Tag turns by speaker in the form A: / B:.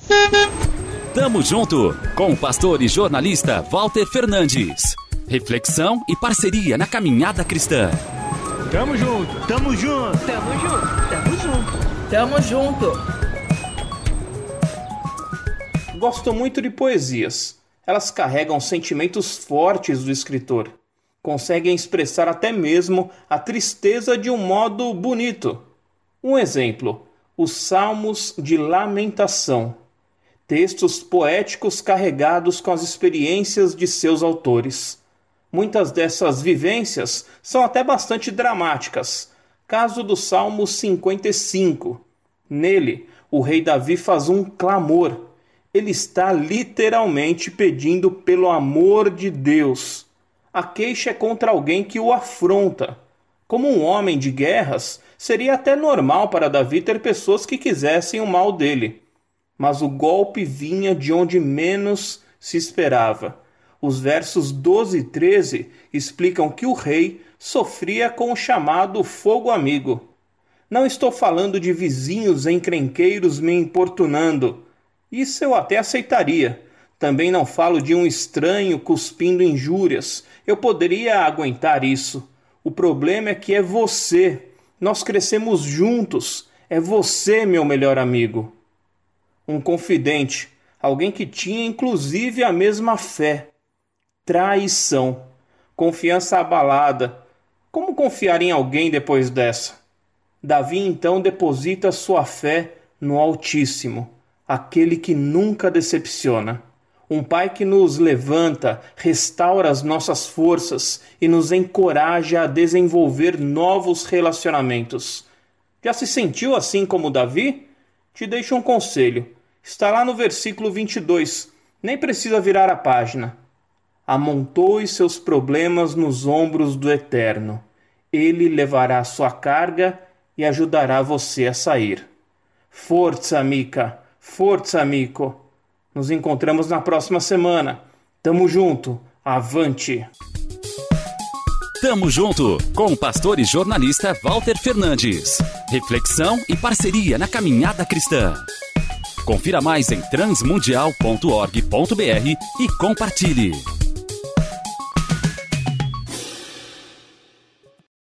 A: Tamo junto com o pastor e jornalista Walter Fernandes. Reflexão e parceria na caminhada cristã.
B: Tamo junto, tamo junto,
C: tamo junto, tamo junto, tamo junto.
D: Gosto muito de poesias. Elas carregam sentimentos fortes do escritor. Conseguem expressar até mesmo a tristeza de um modo bonito. Um exemplo, os Salmos de Lamentação. Textos poéticos carregados com as experiências de seus autores. Muitas dessas vivências são até bastante dramáticas. Caso do Salmo 55. Nele, o rei Davi faz um clamor. Ele está literalmente pedindo pelo amor de Deus. A queixa é contra alguém que o afronta. Como um homem de guerras, seria até normal para Davi ter pessoas que quisessem o mal dele. Mas o golpe vinha de onde menos se esperava. Os versos 12 e 13 explicam que o rei sofria com o chamado fogo amigo. Não estou falando de vizinhos encrenqueiros me importunando. Isso eu até aceitaria. Também não falo de um estranho cuspindo injúrias. Eu poderia aguentar isso. O problema é que é você. Nós crescemos juntos. É você, meu melhor amigo. Um confidente, alguém que tinha inclusive a mesma fé. Traição, confiança abalada. Como confiar em alguém depois dessa? Davi então deposita sua fé no Altíssimo, aquele que nunca decepciona. Um pai que nos levanta, restaura as nossas forças e nos encoraja a desenvolver novos relacionamentos. Já se sentiu assim como Davi? Te deixo um conselho. Está lá no versículo 22. Nem precisa virar a página. Amontoe seus problemas nos ombros do Eterno. Ele levará sua carga e ajudará você a sair. Forza, amica. Forza, amico. Nos encontramos na próxima semana. Tamo junto. Avante.
A: Tamo junto com o pastor e jornalista Walter Fernandes. Reflexão e parceria na caminhada cristã. Confira mais em transmundial.org.br e compartilhe.